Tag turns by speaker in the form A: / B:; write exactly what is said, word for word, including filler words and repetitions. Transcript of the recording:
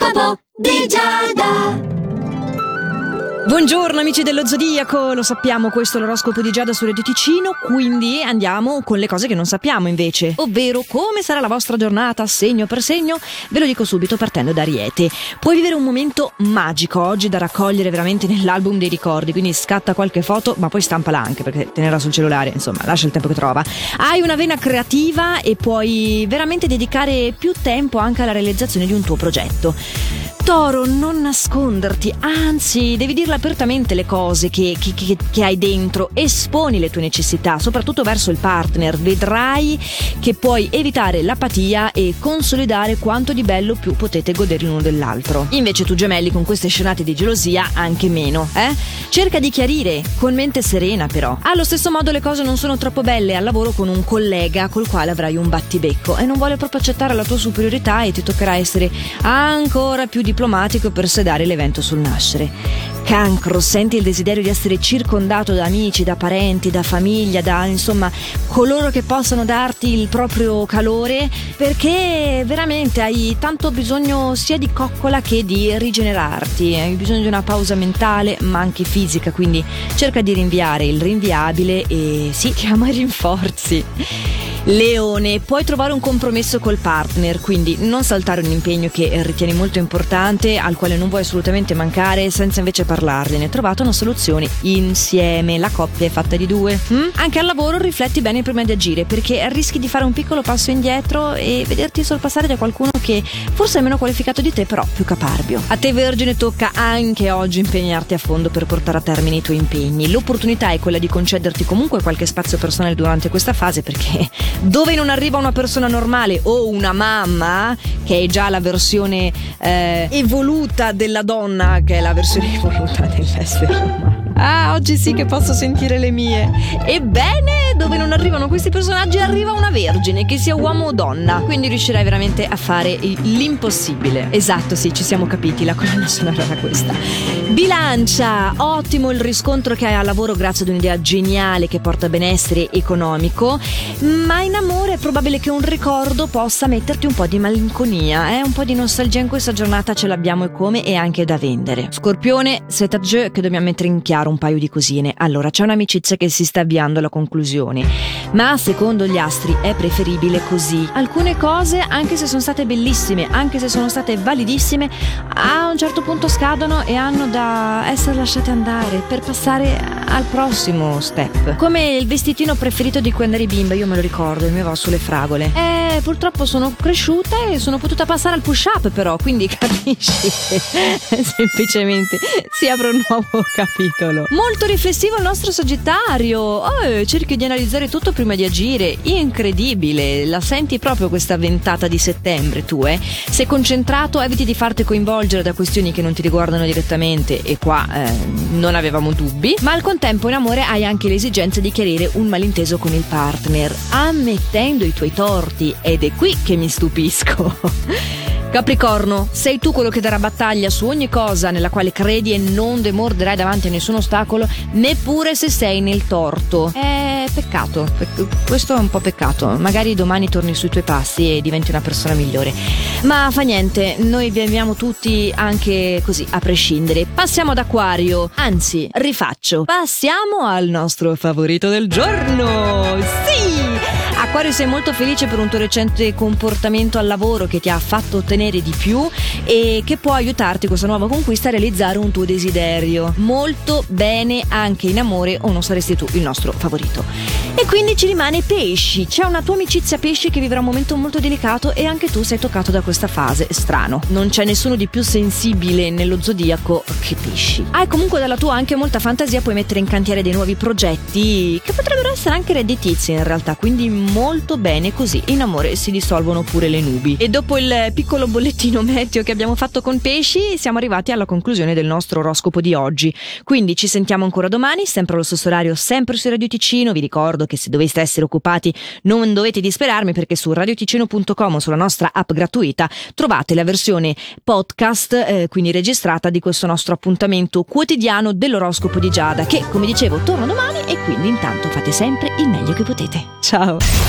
A: L'oroscopo di Giada.
B: Buongiorno amici dello Zodiaco, lo sappiamo, questo è l'oroscopo di Giada su Radio Ticino, quindi andiamo con le cose che non sappiamo invece, ovvero come sarà la vostra giornata segno per segno. Ve lo dico subito partendo da Ariete. Puoi vivere un momento magico oggi da raccogliere veramente nell'album dei ricordi, quindi scatta qualche foto ma poi stampala anche perché tenerla sul cellulare, insomma, lascia il tempo che trova. Hai una vena creativa e puoi veramente dedicare più tempo anche alla realizzazione di un tuo progetto. Toro, non nasconderti, anzi devi dirle apertamente le cose che, che, che, che hai dentro, esponi le tue necessità, soprattutto verso il partner, vedrai che puoi evitare l'apatia e consolidare quanto di bello più potete godere l'uno dell'altro. Invece tu Gemelli, con queste scenate di gelosia anche meno, eh? Cerca di chiarire, con mente serena però. Allo stesso modo le cose non sono troppo belle al lavoro con un collega col quale avrai un battibecco e non vuole proprio accettare la tua superiorità e ti toccherà essere ancora più diplomatico per sedare l'evento sul nascere. Cancro, senti il desiderio di essere circondato da amici, da parenti, da famiglia, da insomma coloro che possano darti il proprio calore, perché veramente hai tanto bisogno sia di coccola che di rigenerarti, hai bisogno di una pausa mentale ma anche fisica, quindi cerca di rinviare il rinviabile e sì, chiama i rinforzi. Leone, puoi trovare un compromesso col partner, quindi non saltare un impegno che ritieni molto importante, al quale non vuoi assolutamente mancare, senza invece parlargliene. Trovate una soluzione insieme, la coppia è fatta di due. Mm? Anche al lavoro rifletti bene prima di agire, perché rischi di fare un piccolo passo indietro e vederti sorpassare da qualcuno che forse è meno qualificato di te, però più caparbio. A te Vergine tocca anche oggi impegnarti a fondo per portare a termine i tuoi impegni. L'opportunità è quella di concederti comunque qualche spazio personale durante questa fase, perché dove non arriva una persona normale o una mamma, che è già la versione eh, evoluta della donna, che è la versione evoluta dell'essere umano. Ah, oggi sì che posso sentire le mie. Ebbene, dove non arrivano questi personaggi arriva una vergine, che sia uomo o donna, quindi riuscirai veramente a fare l'impossibile. Esatto, sì, ci siamo capiti, la colonna sonora era questa. Bilancia, ottimo il riscontro che hai al lavoro grazie ad un'idea geniale che porta benessere economico, ma in amore è probabile che un ricordo possa metterti un po' di malinconia, eh? Un po' di nostalgia in questa giornata ce l'abbiamo e come, e anche da vendere. Scorpione, c'est à jeu che dobbiamo mettere in chiaro un paio di cosine. Allora, c'è un'amicizia che si sta avviando alla conclusione, ma secondo gli astri è preferibile così. Alcune cose, anche se sono state bellissime, anche se sono state validissime, a un certo punto scadono e hanno da essere lasciate andare per passare al prossimo step. Come il vestitino preferito di quando eri bimba, io me lo ricordo, il mio va sulle fragole. Eh, purtroppo sono cresciuta e sono potuta passare al push up però, quindi capisci? Semplicemente si apre un nuovo capitolo. Molto riflessivo il nostro Sagittario. Oh, cerchi di analizzare tutto prima di agire. Incredibile, la senti proprio questa ventata di settembre tu, eh? Sei concentrato, eviti di farti coinvolgere da questioni che non ti riguardano direttamente, e qua eh, non avevamo dubbi, ma al contempo in amore hai anche l'esigenza di chiarire un malinteso con il partner, ammettendo i tuoi torti, ed è qui che mi stupisco. Capricorno, sei tu quello che darà battaglia su ogni cosa nella quale credi e non demorderai davanti a nessun ostacolo, neppure se sei nel torto. È peccato, questo è un po' peccato. Magari domani torni sui tuoi passi e diventi una persona migliore, ma fa niente, noi vi amiamo tutti anche così, a prescindere. Passiamo ad Acquario, anzi rifaccio, passiamo al nostro favorito del giorno. Sì! Acquario, sei molto felice per un tuo recente comportamento al lavoro che ti ha fatto ottenere di più e che può aiutarti, questa nuova conquista, a realizzare un tuo desiderio. Molto bene anche in amore, o non saresti tu il nostro favorito. E quindi ci rimane Pesci. C'è una tua amicizia Pesci che vivrà un momento molto delicato e anche tu sei toccato da questa fase. Strano, non c'è nessuno di più sensibile nello zodiaco che Pesci. Hai comunque dalla tua anche molta fantasia, puoi mettere in cantiere dei nuovi progetti che potrebbero essere anche redditizi in realtà, quindi molto bene così. In amore si dissolvono pure le nubi. E dopo il piccolo bollettino meteo che abbiamo fatto con Pesci, siamo arrivati alla conclusione del nostro oroscopo di oggi. Quindi ci sentiamo ancora domani, sempre allo stesso orario, sempre su Radio Ticino. Vi ricordo che se doveste essere occupati non dovete disperarmi, perché su radioticino punto com o sulla nostra app gratuita trovate la versione podcast, eh, quindi registrata, di questo nostro appuntamento quotidiano dell'oroscopo di Giada, che come dicevo torna domani, e quindi intanto fate sempre il meglio che potete. Ciao!